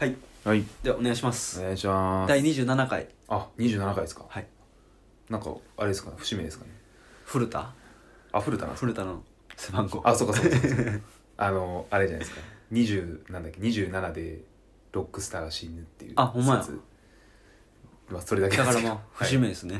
はい、 はい、 ではお願いします。 お願いします。 第27回。 あ、27回ですか。 はい。 なんかあれですかね、節目ですかね。 古田あ、古田なんですか。 古田の背番号。 あ、そうかそうかそうかあれじゃないですか。20なんだっけ、27でロックスターが死ぬっていうあ、ほんまや。 説。まあそれだけですけど。 だからまあ節目ですね。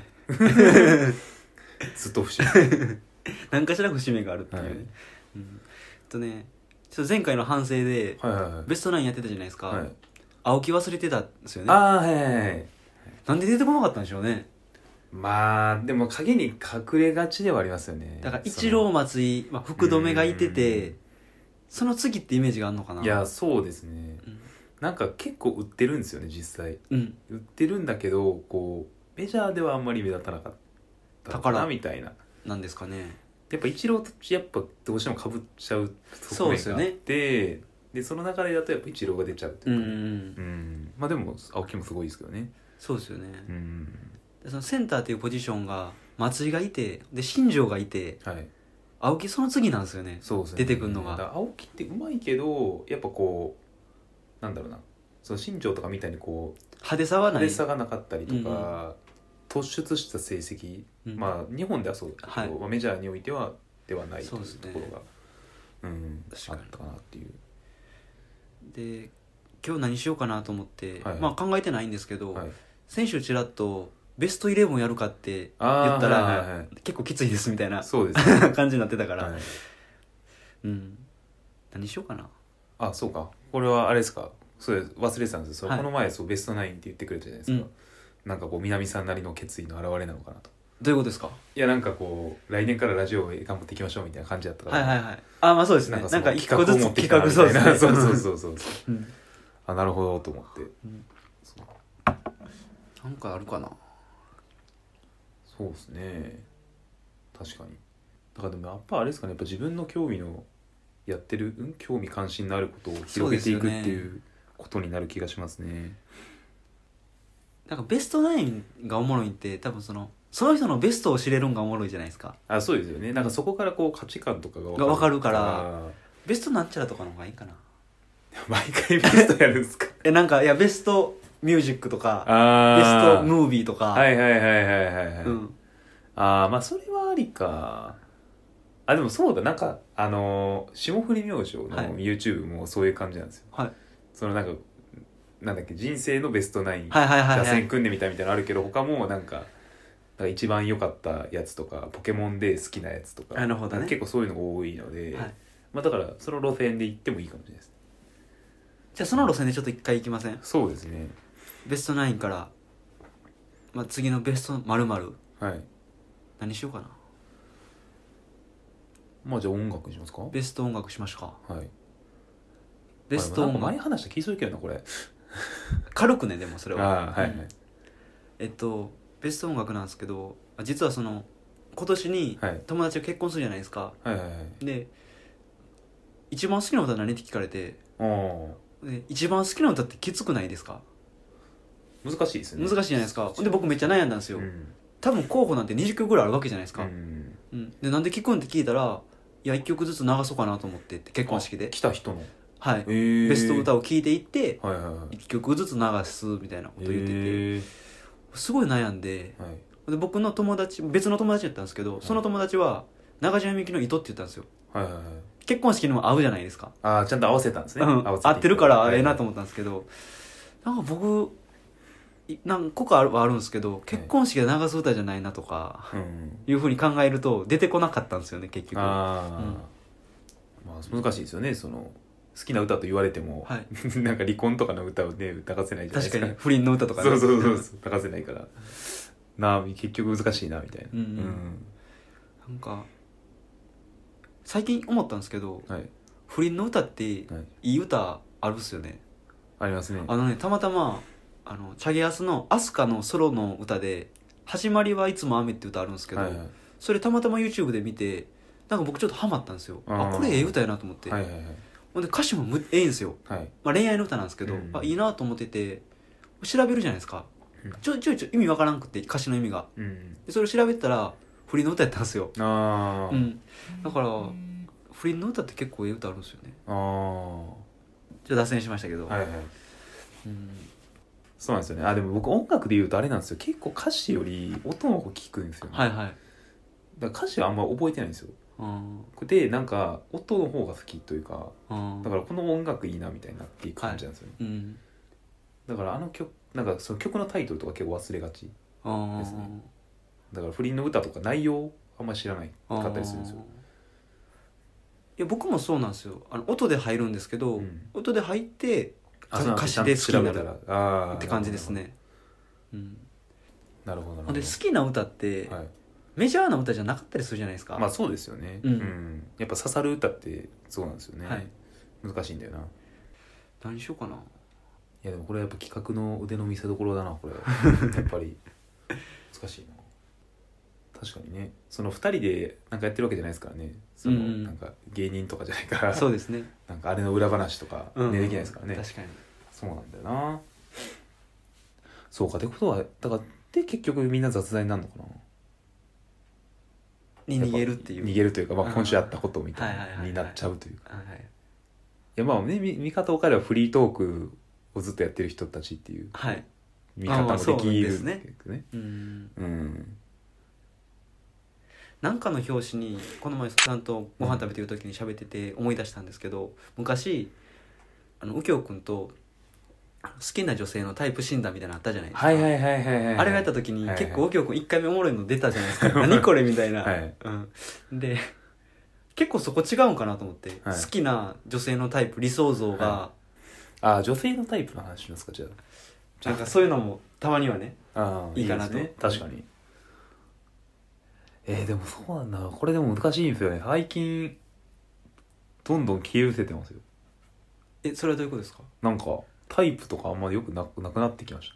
ずっと節目。 何かしら節目があるっていうね。 はいうん。ちょっと前回の反省ではいはいはい。 ベストナインやってたじゃないですか。 はい。 青木忘れてたんですよね。 あー、はいはいはい。 なんで出てこなかったんでしょうね。 まあでも影に隠れがちではありますよね。 だから一郎松井、福留がいてて、その次ってイメージがあるのかな。 いやそうですね。 うん。 なんか結構売ってるんですよね実際。 うん。 売ってるんだけどこうメジャーではあんまり目立たなかったのかなみたいな。 なんですかね。 やっぱ一郎とやっぱどうしても被っちゃうそうですよね。 でその中でだとやっぱ一郎が出ちゃうというか、まあでも青木もすごいですけどね。 そうですよね。 うんでそのセンターっていうポジションが松井がいて、で新庄がいて、 はい。 青木その次なんですよね。 そうですね。 出てくんのがだから青木ってうまいけどやっぱこうなんだろうな、その新庄とかみたいにこう派手さはない。 派手さがなかったりとか、突出した成績、まあ日本ではそうだけど、 はい、 メジャーにおいてはではないというそうですねところが、 確かにあったかなっていう。 で今日何しようかなと思って、 はいまあ考えてないんですけど、 はい、 先週ちらっとベストイレブンやるかって言ったら、 はいはいはい、 結構きついですみたいなそうですね感じになってたから、 はい、 何しようかな。 あ、そうか、これはあれですか。それ忘れてたんですよ、 はい、 この前そうベストナインって言ってくれたじゃないですか、なんかこう南さんなりの決意の表れなのかなと。 どういうことですか。 いやなんかこう来年からラジオを頑張っていきましょうみたいな感じだったから、 はいはいはい、あ、まあそうですね。なんか一個ずつ企画、そうですね。 そうそうそうそうあ、なるほどと思って、 なんかあるかな。 そうですね、確かに。だからでもやっぱあれですかね、やっぱ自分の興味のやってる、興味関心のあることを広げていくっていうことになる気がしますね。 なんかベストナインがおもろいって多分その人のベストを知れるんがおもろいじゃないですか。 あ、そうですよね。なんかそこからこう価値観とかが分かるからベストなんちゃらとかの方がいいかな。 毎回ベストやるんですかなんかいやベストミュージックとかベストムービーとか、 はいはいはいはいはいはい、ああ、まあそれはありか。あ、でもそうだ、なんか霜降り明星の YouTube もそういう感じなんですよ。 はい。 そのなんかなんだっけ、人生のベストナインはいはいはいはい打線組んでみたみたいなのあるけど、他もなんか一番良かったやつとかポケモンで好きなやつとか、 なるほどね、 結構そういうのが多いので、 はい、 まあだからその路線で行ってもいいかもしれないです。 じゃあその路線でちょっと一回行きません。 そうですね。 ベストナインから、まあ、次のベスト〇〇、 はい。 何しようかな。 まあじゃあ音楽にしますか。 ベスト音楽しましょうか。 はい。 ベスト音楽、 前話した気するけどなこれ軽くね。でもそれははいはい、 ベスト音楽なんですけど、実はその今年に友達が結婚するじゃないですか、 はいはいはい、 で一番好きな歌何って聞かれて、 で一番好きな歌ってきつくないですか。 難しいですね。 難しいじゃないですか。で僕めっちゃ悩んだんですよ、多分候補なんて20曲ぐらいあるわけじゃないですか、でなんで聞くんって聞いたら、いや1曲ずつ流そうかなと思ってって結婚式で来た人の、 はい、ベスト歌を聴いていって、 はいはいはい、 1曲ずつ流すみたいなこと言ってて、すごい悩んで、で僕の友達、別の友達だったんですけど、その友達は中島みゆきの糸って言ったんですよ。 はいはいはい、 結婚式にも合うじゃないですか。 ああ、ちゃんと合わせたんですね。 合ってるからええなと思ったんですけど、なんか僕何個かはあるんですけど、結婚式で流す歌じゃないなとか、いうふうに考えると出てこなかったんですよね結局。 まあ難しいですよね。その好きな歌と言われても、なんか離婚とかの歌をね歌わせないじゃないですか。 確かに不倫の歌とかね、そう歌わせないから結局難しいなみたいな。 なんか最近思ったんですけど、不倫の歌っていい歌あるっすよね。 ありますね。 たまたまチャゲアスのアスカのソロの歌で「始まりはいつも雨」って歌あるんですけど、それたまたま YouTube で見て、なんか僕ちょっとハマったんですよ。これええ歌やなと思って、ほんで歌詞もええんですよ、恋愛の歌なんですけど、いいなと思ってて調べるじゃないですか。ちょい意味わからんくて、歌詞の意味が、でそれを調べてたら不倫の歌やったんですよ。だから不倫の歌って結構ええ歌あるんですよね。ちょっと脱線しましたけど、 そうなんですよね。でも僕音楽で言うとあれなんですよ、結構歌詞より音の方聞くんですよね。 はいはい。 だから歌詞はあんま覚えてないんですよ。 うんでなんか音の方が好きというか、 うんだからこの音楽いいなみたいになっていく感じなんですよね、 うん。 だから曲なんかその曲のタイトルとか結構忘れがちですね。だから不倫の歌とか内容あんまり知らないかったりするんですよ。 いや僕もそうなんですよ。音で入るんですけど、音で入って歌詞で好きになるって感じですね。 なるほどなるほど。 で好きな歌って、メジャーな歌じゃなかったりするじゃないですか。 まあそうですよね、やっぱ刺さる歌ってそうなんですよね、難しいんだよな。 何しようかな。いやでもこれやっぱ企画の腕の見せ所だなこれやっぱり難しいな。確かにね、その2人でなんかやってるわけじゃないですからね、そのなんか芸人とかじゃないから、 そうですね、 なんかあれの裏話とか、ねできないですからね。 確かにそうなんだよな。そうかってことはだからで結局みんな雑談になるのかなに逃げるっていう、 逃げるというか、まあ、今週あったことみたいなになっちゃうというか、いやまあね、見方を変えればフリートークをずっとやってる人たちっていう見方もできるんですね。 なんかの表紙にこの前さんとご飯食べてる時に喋ってて思い出したんですけど、昔右京くんと好きな女性のタイプ診断みたいなのあったじゃないですか。あれがやった時に結構右京くん1回目おもろいの出たじゃないですか何これみたいな、で結構そこ違うんかなと思って、好きな女性のタイプ理想像が、 女性のタイプの話しますか。じゃあなんかそういうのもたまにはね、いいかなと。 確かに。でもそうなんだ、これでも難しいんですよね。最近どんどん消え失せてますよ。 それはどういうことですか。 なんかタイプとかあんまりよくなくなってきました。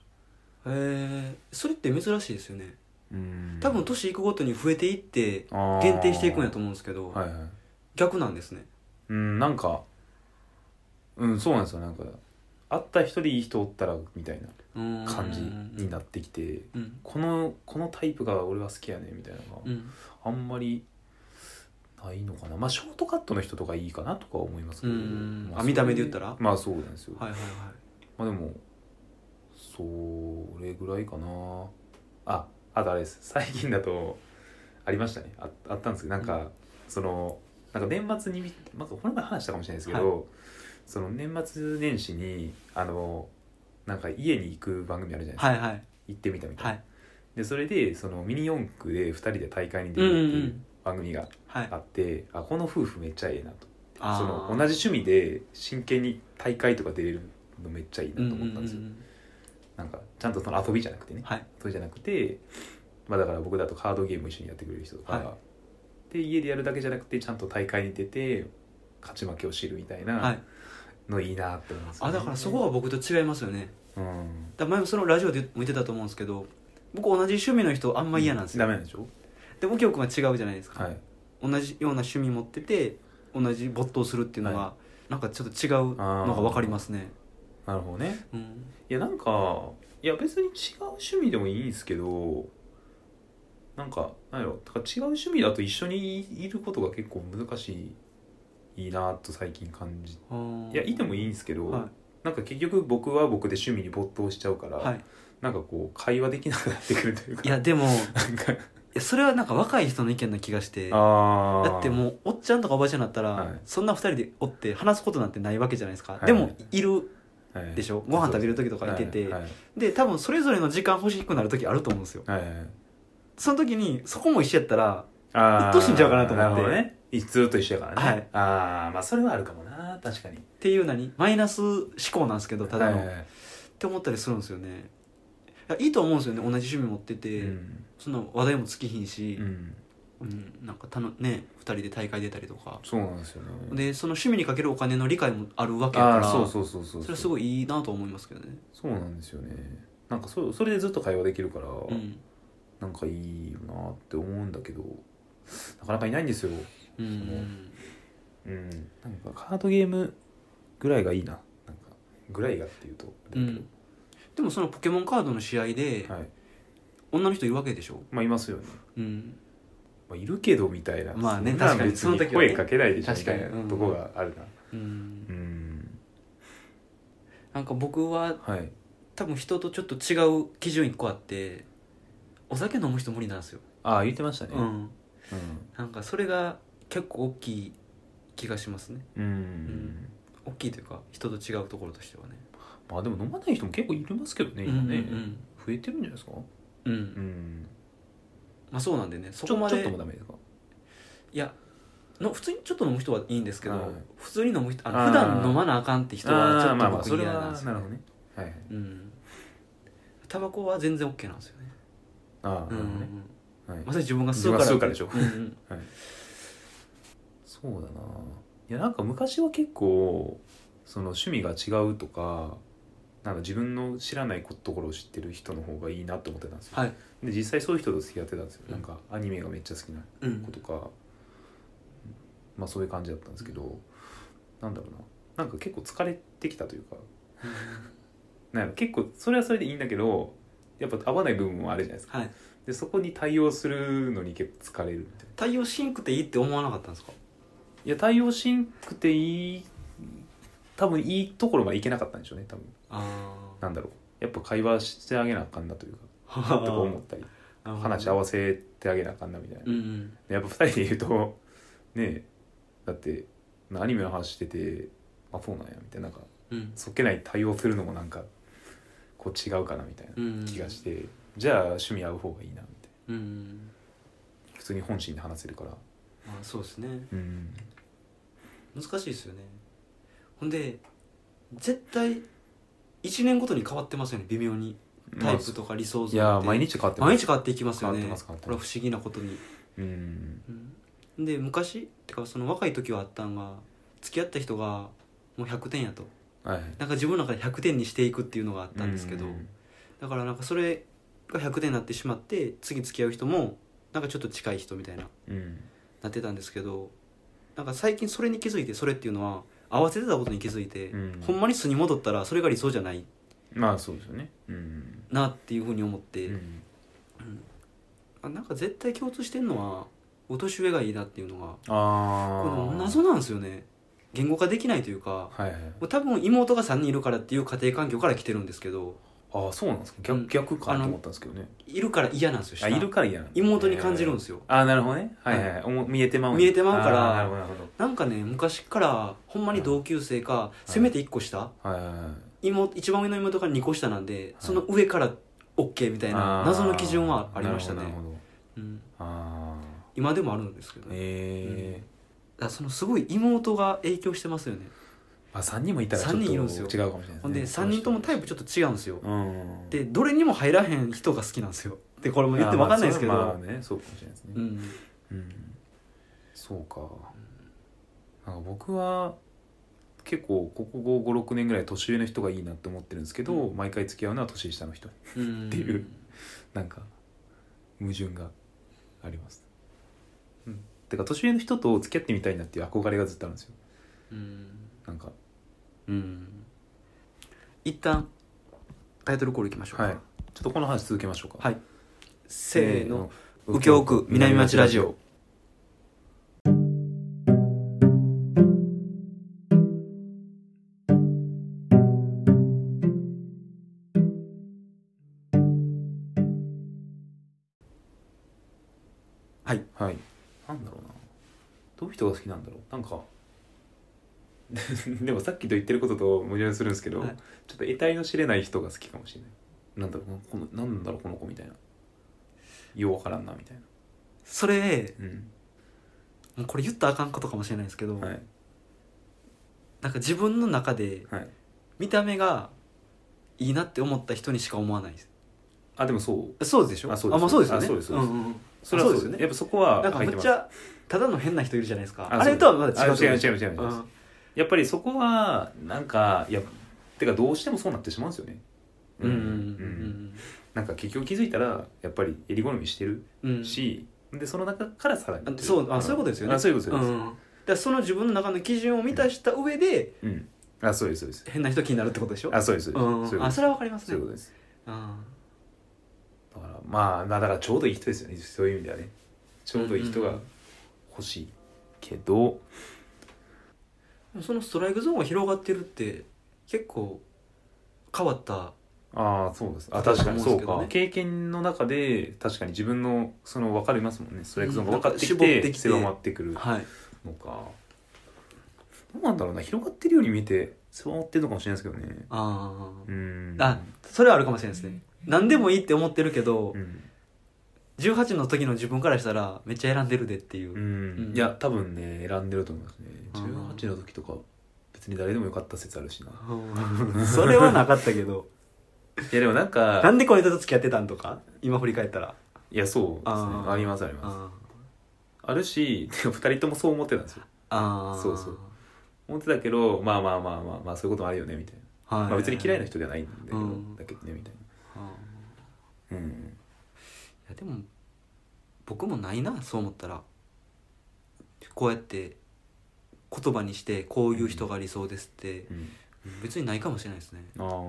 それって珍しいですよね。多分年いくごとに増えていって限定していくんやと思うんですけど、逆なんですね。 なんかそうなんですよ。なんか会った一人いい人おったらみたいな感じになってきて、このタイプが俺は好きやねみたいなのがあんまりないのかな。まあショートカットの人とかいいかなとか思いますけど、 見た目で言ったらまあそうなんですよ。まあでもそれぐらいかな。あとあれです、最近だとありましたね。あったんですけど、なんかそのなんか年末にこの前話したかもしれないですけど、その年末年始になんか家に行く番組あるじゃないですか、行ってみたみたいな、でそれでそのミニ四駆で2人で大会に出るっていう番組があって、この夫婦めっちゃええなと、その同じ趣味で真剣に大会とか出れるのめっちゃいいなと思ったんですよ。なんかちゃんとその遊びじゃなくてね、それじゃなくて、まあだから僕だとカードゲーム一緒にやってくれる人とか、で家でやるだけじゃなくてちゃんと大会に出て勝ち負けを知るみたいなのいいなって思うんですよね。 だからそこは僕と違いますよね。だ前もそのラジオでも言ってたと思うんですけど、僕同じ趣味の人あんま嫌なんですよ。 ダメなんでしょ。 で右京君は違うじゃないですか、同じような趣味持ってて同じ没頭するっていうのが、なんかちょっと違うのが分かりますね。 なるほどね、いやなんか別に違う趣味でもいいんですけど、なんか何やろ、だから違う趣味だと一緒にいることが結構難しいなと最近感じ、いてもいいんですけど、なんか結局僕は僕で趣味に没頭しちゃうから、なんかこう会話できなくなってくるというか、 いやでもなんかそれはなんか若い人の意見な気がして、だってもうおっちゃんとかおばちゃんになったら、そんな2人でおって話すことなんてないわけじゃないですか、でもいるでしょ、ご飯食べる時とかいてて、で多分それぞれの時間欲しくなる時あると思うんですよ、その時にそこも一緒やったらうっとしいんちゃうかなと思って。なるほどね、 ずっと一緒やからね、まあそれはあるかもな、確かにっていうマイナス思考なんですけど、ただの、って思ったりするんですよね。いいと思うんですよね、同じ趣味持ってて、そんな話題も尽きひんし、なんか2人で大会出たりとか。 そうなんですよね。 でその趣味にかけるお金の理解もあるわけやから、 それはすごいいいなと思いますけどね。 そうなんですよね。なんかそれでずっと会話できるから、なんかいいよなって思うんだけど、なかなかいないんですよ。なんかカードゲームぐらいがいいな、なんかぐらいがっていうとでもそのポケモンカードの試合で、女の人いるわけでしょ。 いますよね。いるけどみたいな、 まあね、確かにその時声かけないでしょみたいなとこがあるな。 なんか僕ははい多分人とちょっと違う基準1個あって、お酒飲む人無理なんですよ。 ああ言ってましたねうんなんかそれが結構大きい気がしますね。大きいというか人と違うところとしてはね。 まあでも飲まない人も結構いますけどね今ね、増えてるんじゃないですか。 まあそうなんでね、そちょこまでっともダメですか。 いや普通にちょっと飲む人はいいんですけど、 はい普通に飲む人普段飲まなあかんって人はちょっと僕嫌なんですよね。 なるほどね。はいはい。 タバコは全然 OK なんですよね。 ああなるほどね。はい。 まさに自分が吸うから自分が吸うからでしょ。はい。そうだな。いやなんか昔は結構その趣味が違うとかなんか自分の知らないところを知ってる人の方がいいなって思ってたんですよ。 はい。 で実際そういう人と付き合ってたんですよ。なんかアニメがめっちゃ好きな子とか、まあそういう感じだったんですけど、なんだろうな、なんか結構疲れてきたというか、なんか結構それはそれでいいんだけど、やっぱ合わない部分もあるじゃないですか。 はい。 でそこに対応するのに結構疲れるみたいな。 対応しんくていいって思わなかったんですか？ いや対応しんくていい、多分いいところまでいけなかったんでしょうね多分。なんだろう、やっぱ会話してあげなあかんなというかとか思ったり話合わせてあげなあかんなみたいな、やっぱ2人でいるとねえ、だってアニメの話しててあそうなんやみたいな、なんか、そっけない対応するのもなんかこう違うかなみたいな気がして、じゃあ趣味合う方がいいなみたいな、普通に本心で話せるから。 まあそうですね、難しいですよね。ほんで絶対1年ごとに変わってますよね、微妙にタイプとか理想像って。いや毎日変わってます。 毎日変わっていきますよね。 変わってます。 これは不思議なことに。で昔ってかその若い時はあったんが、付き合った人がもう100点やと、なんか自分の中で100点にしていくっていうのがあったんですけど、だからなんかそれが100点になってしまって、次付き合う人もなんかちょっと近い人みたいな、なってたんですけど、なんか最近それに気づいて、それっていうのは合わせてたことに気づいて、ほんまに素に戻ったらそれが理想じゃない、 まあそうですよね、 なっていうふうに思って、なんか絶対共通してるのはお年上がいいなっていうのが、これ謎なんですよね。言語化できないというか、多分妹が3人いるからっていう家庭環境から来てるんですけど。 ああそうなんですか。逆かと思ったんですけどね。 いるから嫌なんですよ。 いるから嫌なん妹に感じるんですよ。 なるほどね。見えてまうから、なんかね、昔からほんまに同級生か、せめて1個下、一番上の妹が2個下なんで、その上から OK みたいな謎の基準はありましたね。今でもあるんですけど、そのすごい妹が影響してますよね。 3人もいたらちょっと違うかもしれないですね。 ほんで3人ともタイプちょっと違うんですよ。でどれにも入らへん人が好きなんですよ。でこれも言っても分かんないですけど、 まあね、そうかもしれないですね。そうか。なんか僕は結構ここ5、6年ぐらい年上の人がいいなって思ってるんですけど、毎回付き合うのは年下の人っていうなんか矛盾があります。てか年上の人と付き合ってみたいなっていう憧れがずっとあるんですよ。なんか一旦タイトルコールいきましょうか。 ちょっとこの話続けましょうか。 せーの、右京区南町ラジオ。 なんだろうな、どういう人が好きなんだろう。なんかでもさっきと言ってることと矛盾するんですけど、ちょっと得体の知れない人が好きかもしれない。なんだろうなんだろうこの子みたいな、ようわからんなみたいな。 それ、もうこれ言ったらあかんことかもしれないですけど、なんか自分の中で見た目がいいなって思った人にしか思わないです。 でもそうでしょ。そうですよね。 それはそうですよね。やっぱそこはなんかむっちゃただの変な人いるじゃないですか。あれとはまだ違う。 違う。やっぱりそこはなんかてかどうしてもそうなってしまうんですよね。なんか結局気づいたらやっぱり襟好みしてるし、でその中からさらにそういうことですよね。 そういうことです。 だその自分の中の基準を満たした上で、 そうです変な人気になるってことでしょ。 そうです。それはわかりますね。 そういうことです。だからだからちょうどいい人ですよね。そういう意味ではね、ちょうどいい人が欲しいけど、 そのストライクゾーンが広がってるって結構変わった。 ああそうです。あ、 だと確かにそう思うんですけどねか。経験の中で確かに自分のその分かりますもんね。ストライクゾーンが分かってきなんか絞っててきて狭まってくるはいのか。どうなんだろうな、広がってるように見えて狭まってるのかもしれないですけどね。 あそれはあるかもしれないですね。何でもいいって思ってるけど、 うん、 18の時の自分からしたらめっちゃ選んでるでっていう、 うん、いや多分ね選んでると思いますね。18の時とか別に誰でもよかった説あるしな。 それはなかったけどいやでもなんかなんでこの人と付き合ってたんとか今振り返ったらいやそうですね、ありますありますあるし、でも2人ともそう思ってたんですよ。そうそう思ってたけど、まあまあまあまあまあそういうこともあるよねみたいな、まあ、別に嫌いな人ではないんだけど、だけどねみたいな。うん。 いやでも僕もないな、そう思ったらこうやって言葉にしてこういう人が理想ですって、別にないかもしれないですね。 ああ、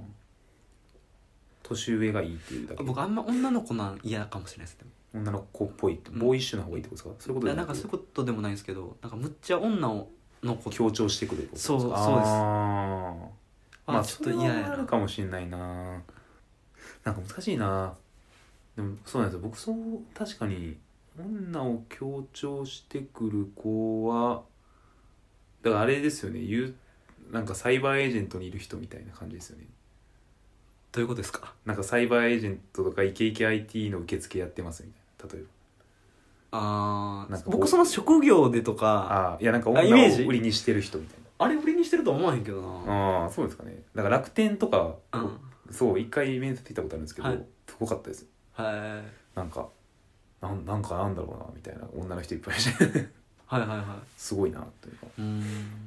年上がいいっていうだけ。 僕あんま女の子なん嫌かもしれないです。 女の子っぽいってボーイッシュな方がいいってことですか？そういうことでなんかそういうことでもないんですけど、なんかむっちゃ女の子強調してくるってことですか？ そうです。 まあちょっと嫌やな。 それはあるかもしれないな。なんか難しいな。でもそうなんですよ、僕そう確かに女を強調してくる子はだからあれですよね、なんかサイバーエージェントにいる人みたいな感じですよね。 どういうことですか？ なんかサイバーエージェントとかイケイケ IT の受付やってますみたいな、例えば。なんか僕その職業でとかいやなんか女をイメージ売りにしてる人みたいあれ売りにしてるとは思わへんけどな。 な。そうですかね。だから楽天とか、 うんそう一回面接行ったことあるんですけど、 はいすごかったです。 はいなんかなんだろうなみたいな女の人いっぱいいてはいはいすごいなというか。 難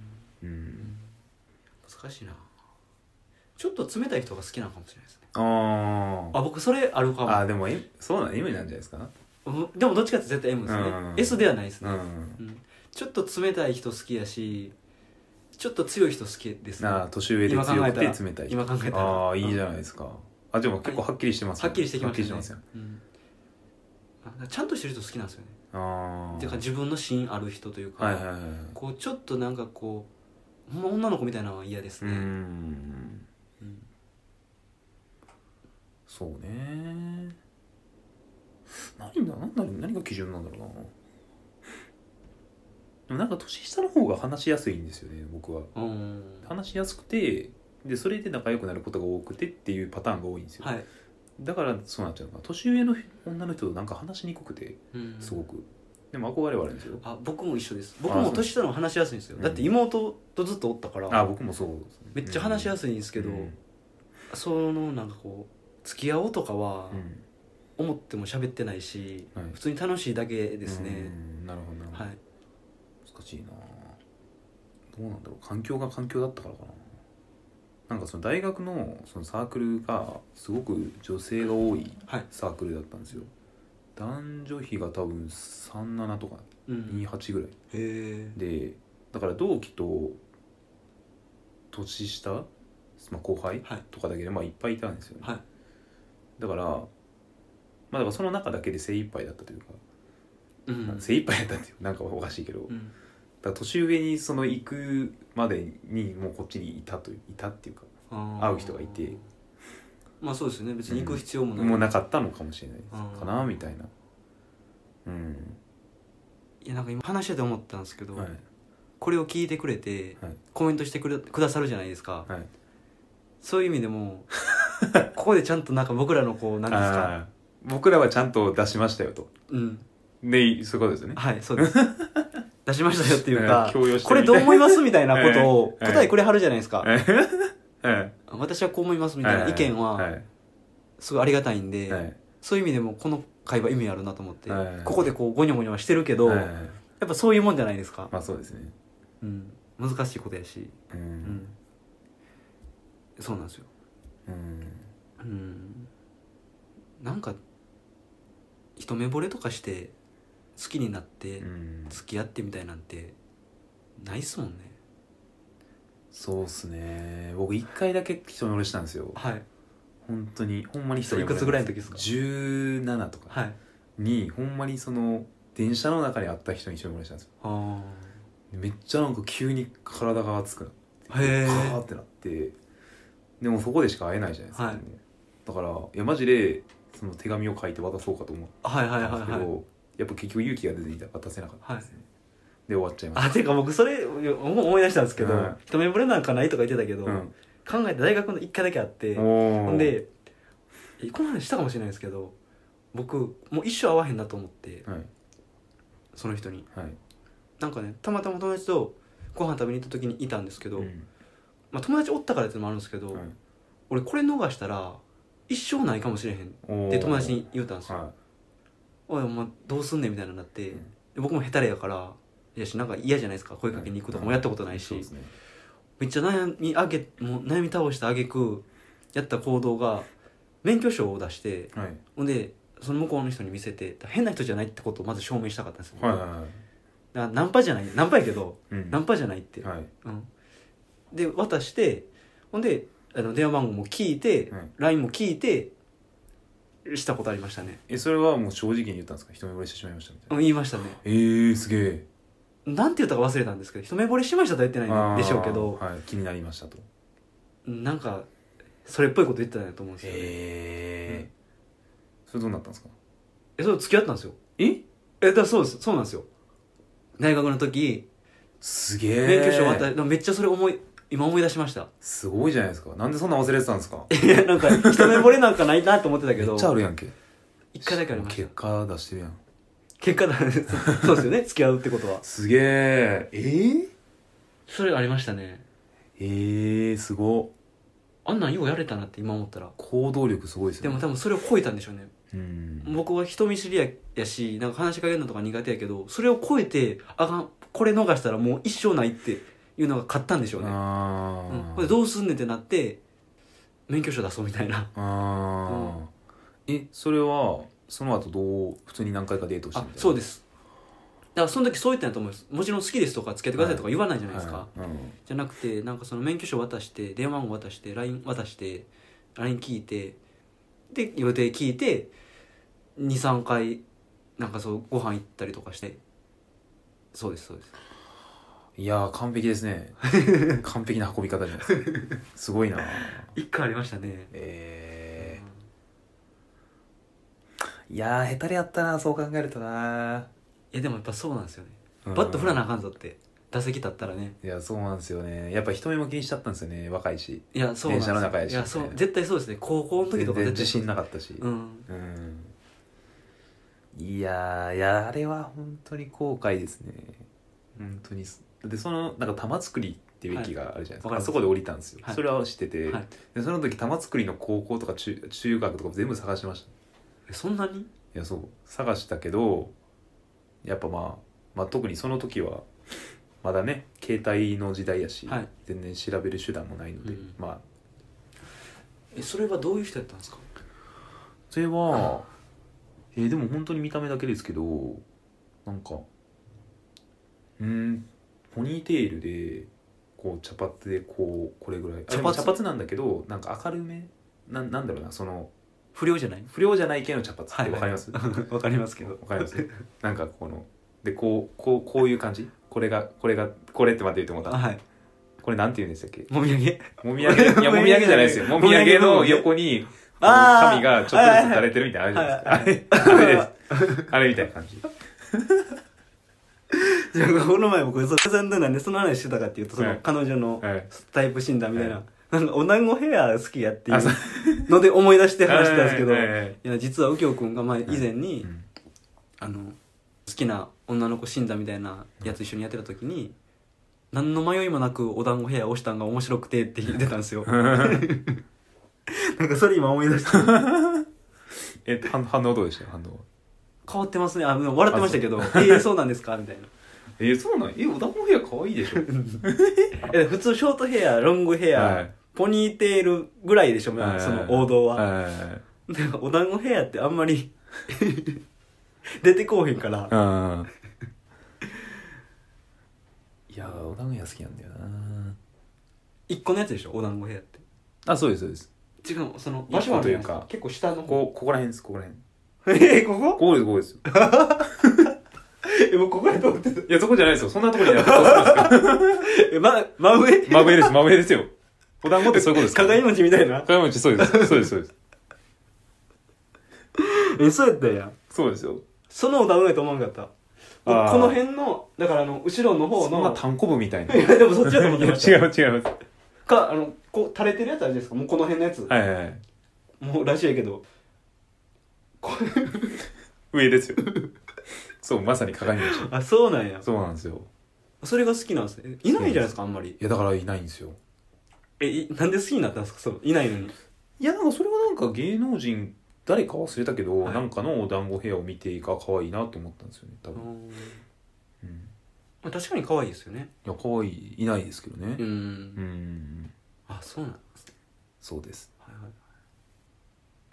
しいな。ちょっと冷たい人が好きなのかもしれないですね。僕それあるかも。 でもそうなの M なんじゃないですか。 でもどっちかって絶対 M ですね。S ではないですね。ちょっと冷たい人好きやし、ちょっと強い人好きですね。 年上で強くて冷たい人。 今考えたらいいじゃないですか。でも結構はっきりしてますはっきりしてきましたね。 ちゃんとしてる人好きなんですよね。っていうか自分の芯ある人というか、こうちょっとなんかこうほんま女の子みたいなのは嫌ですね。 そうね。何が基準なんだろうな。でもなんか年下の方が話しやすいんですよね、僕は。話しやすくて、でそれで仲良くなることが多くてっていうパターンが多いんですよ。だからそうなっちゃうのか。年上の女の人となんか話しにくくて、すごく。でも憧れはあるんですよ。 僕も一緒です。僕も年下の方が話しやすいんですよ。だって妹とずっとおったから。 僕もそうですね。 めっちゃ話しやすいんですけど、そのなんかこう付き合おうとかは思っても喋ってないし、普通に楽しいだけですね。 なるほど。 はい。 難しいな。どうなんだろう。環境が環境だったからかな。なんかその大学のそのサークルがすごく女性が多いサークルだったんですよ。男女比が多分37とか28ぐらい、でだから同期と年下、後輩とかだけでいっぱいいたんですよね。だからだからその中だけで精一杯だったというか、精一杯だったっていうなんかおかしいけど、だから年上にその行くまでにもうこっちにいたっていうか会う人がいて、 そうですね、別に行く必要もない、 もうなかったのかもしれないかなみたいな。 いやなんか今話してて思ったんですけど、これを聞いてくれて、コメントしてくださるじゃないですか、そういう意味でもここでちゃんとなんか僕らのこう何ですか、 僕らはちゃんと出しましたよと、でそういうことですよね。 はいそうです出しましたよっていうかこれどう思いますみたいなことを答えくれはるじゃないですか私はこう思いますみたいな意見はすごいありがたいんで、そういう意味でもこの会話意味あるなと思って、ここでこうゴニョゴニョはしてるけど、やっぱそういうもんじゃないですか。 そうですね。 難しいことやし、そうなんですよ。なんか一目惚れとかして好きになって付き合ってみたいなんてないっすもんね。 そうっすね。僕一回だけ一目惚れしたんですよ。本当にほんまに一目惚れ。 いくつぐらいの時ですか ？17とかに、ほんまにその電車の中にあった人に一目惚れしたんですよ。めっちゃなんか急に体が熱くなってパーってなって、 でもそこでしか会えないじゃないですか、 はい、 だからいやマジでその手紙を書いて渡そうかと思ったんですけど、 はいはいはいはい、 やっぱ結局勇気が出ていたら渡せなかったですね、はい、で終わっちゃいました。 ていうか僕それ思い出したんですけど、一目惚れなんかないとか言ってたけど、考えて大学の1回だけあって、ほんでこの話したかもしれないですけど、僕もう一生会わへんなと思って、はい、その人に、はい、なんかねたまたま友達とご飯食べに行った時にいたんですけど、まあ、友達おったからってのもあるんですけど、俺これ逃したら一生ないかもしれへんって友達に言ったんですよ、おいお前どうすんねんみたいになって、僕もヘタレやからいやしなんか嫌じゃないですか、声かけに行くとかもやったことないし、めっちゃ悩み倒した挙句やった行動が免許証を出して、ほんでその向こうの人に見せて変な人じゃないってことをまず証明したかったんですよ、だからナンパじゃない、ナンパやけど、ナンパじゃないって、で渡して、ほんで電話番号も聞いて、LINE も聞いてしたことありましたね。 それはもう正直に言ったんですか？一目惚れしてしまいましたみたいな。 言いましたね。 すげえ。 なんて言ったか忘れたんですけど、一目惚れしましたとは言ってないんでしょうけど、 気になりましたと、 なんかそれっぽいこと言ってたんだと思うんですよね。 それどうなったんですか？ それ付き合ったんですよ。だからそうなんですよ。大学の時すげえ免許証渡り、めっちゃそれ今思い出しました。 すごいじゃないですか。なんでそんな忘れてたんですか？ いやなんか一目惚れなんかないなと思ってたけどめっちゃあるやんけ。 一回だけありました。 結果出してるやん。 結果だそうですよね、付き合うってことは。 すげえ。 それありましたね。 すご。 あんなんようやれたなって今思ったら。 行動力すごいですよね。 でも多分それを超えたんでしょうね。僕は人見知りやし、なんか話しかけるのとか苦手やけど、それを超えてあかん、これ逃したらもう一生ないっていうのが勝ったんでしょうね。これどうすんねんってなって免許証出そうみたいな。 それはその後普通に何回かデートしてみたいな。 そうです。だからその時そう言ったんだと思います。もちろん好きですとか付き合ってくださいとか言わないじゃないですか、じゃなくてなんかその免許証渡して電話番号渡して LINE 渡して LINE 聞いてで予定聞いて 2,3 回なんかそうご飯行ったりとかして、そうです。 いやー完璧ですね完璧な運び方じゃないですかすごいな。 一回ありましたね。 いやーヘタレやったな、そう考えるとな。 でもやっぱそうなんですよね。バット振らなあかんぞって打席立ったらね。 いやそうなんですよね。やっぱ人目も気にしちゃったんですよね、若いし。 いやそうなんですよ。 電車の中やし。 いやそう絶対そうですね。高校の時とか全然自信なかったし。いやあれは本当に後悔ですね。本当に。でそのなんか玉造っていう駅があるじゃないですか、そこで降りたんですよ、それは知ってて、でその時玉造の高校とか中学とか全部探しました。 そんなに？ いやそう探したけどやっぱまあ特にその時はまだね携帯の時代やし、全然調べる手段もないので、 それはどういう人やったんですか？ それはでも本当に見た目だけですけどなんかポニーテールでこう茶髪でこれぐらい茶髪なんだけどなんか明るめなんだろうな、その不良じゃない系の茶髪ってわかります？ わかりますけど。 わかります。なんかでこういう感じ、これって待って言ってもらった。これなんて言うんでしたっけ？ もみあげ？ いやもみあげじゃないですよ。もみあげの横に髪がちょっとずつ垂れてるみたいなのあるじゃないですか。あれです。あれみたいな感じ。 じゃあこの前僕なんでその話してたかっていうと、その彼女のタイプ診断みたいな、なんかお団子ヘア好きやっていうので思い出して話したんですけど、いや実は右京くんが以前に好きな女の子診断みたいなやつ一緒にやってた時に何の迷いもなくお団子ヘア押したんが面白くてって言ってたんですよなんかそれ今思い出した反応どうでした？反応変わってますね。笑ってましたけどそうなんですかみたいな。 そうなん？お団子ヘア可愛いでしょ普通ショートヘアロングヘア、ポニーテールぐらいでしょ、その王道は。お団子ヘアってあんまり出てこうへんから。 いやお団子ヘア好きなんだよな。 一個のやつでしょ、お団子ヘアって。 そうです違う、その場所というか結構下のここら辺です、ここら辺。 ここですもうここら辺通ってた。 いやそこじゃないですよ、そんなところにやってどうするんですか？ 真上ですよ。 お団子ってそういうことですか、 鏡餅みたいな。 鏡餅そうですそうですそうですそうやったんや。 そうですよ。 そのお団子やと思わんかった。 あーこの辺の、だから後ろの方そんなの。 単行部みたいな。 いや、でもそっちだと思ってました。 いや違いますか、こう、垂れてるやつあるじゃないですか。もうこの辺のやつ。 はいはいはい。 もうらしいやけど。 上ですよ。そう、まさに鏡餅。 あ、そうなんや。 そうなんですよ。 それが好きなんですね。いないじゃないですか、あんまり。 いやだからいないんですよ。 なんで好きになったんですか、そう、いないのに。 いやなんかそれはなんか芸能人誰か忘れたけど、 はい、 なんかのお団子ヘアを見て可愛いなと思ったんですよね多分。うん。 まあ、確かに可愛いですよね。 いや可愛いいないですけどね。 うんうんあ、そうなんですね。 そうです。 はいはい。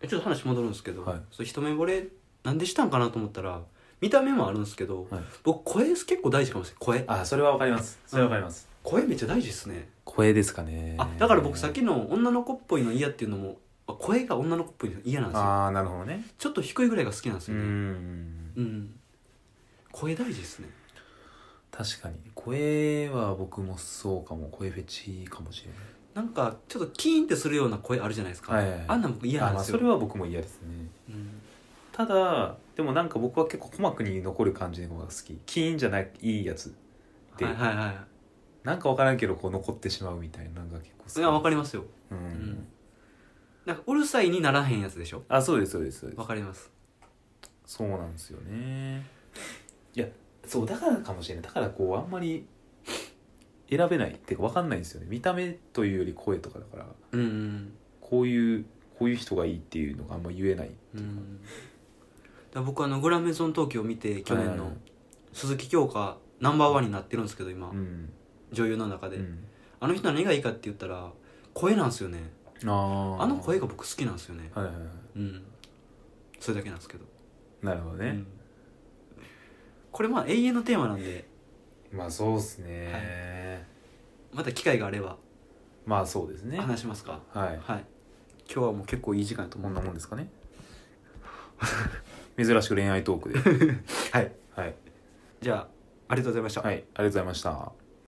ちょっと話戻るんですけど、 はいそう一目惚れなんでしたんかなと思ったら、見た目もあるんですけど、 はい、 僕声結構大事かもしれない。声。 あそれはわかります。それはわかります。 声めっちゃ大事ですね。 声ですかね。 あ、だから僕さっきの女の子っぽいの嫌っていうのも、声が女の子っぽいの嫌なんですよ。 ああなるほどね。 ちょっと低いぐらいが好きなんですよね。 うん声大事ですね。 確かに声は僕もそうかも。声フェチかもしれない。 なんかちょっとキーンってするような声あるじゃないですか、 はいはいはい、 あんなん僕嫌なんですよ。 それは僕も嫌ですね。ただでもなんか僕は結構鼓膜に残る感じの方が好き。キーンじゃないいいやつで、 はいはいはい。 なんか分からんけどこう残ってしまうみたいなのが結構好き。 いや、わかりますよ。なんかうるさいにならへんやつでしょ。 あそうですそうですそうです。 わかります。 そうなんですよね。いやそうだからかもしれない。だからこうあんまり選べないっていうか分かんないんですよね。見た目というより声とかだから、こういう人がいいっていうのがあんま言えないっていうか。 だから僕グランメゾン東京を見て去年の鈴木京香ナンバーワンになってるんですけど今、女優の中で、あの人何がいいかって言ったら声なんですよね。あの声が僕好きなんですよね。それだけなんですけど。 なるほどね、 これまあ永遠のテーマなんで、 まあそうですね、 また機会があればまあそうですね話しますか。 はい、 今日はもう結構いい時間と思こうんなもんですかね珍しく恋愛トークではい、 はい、 じゃあありがとうございました。 はい、ありがとうございました。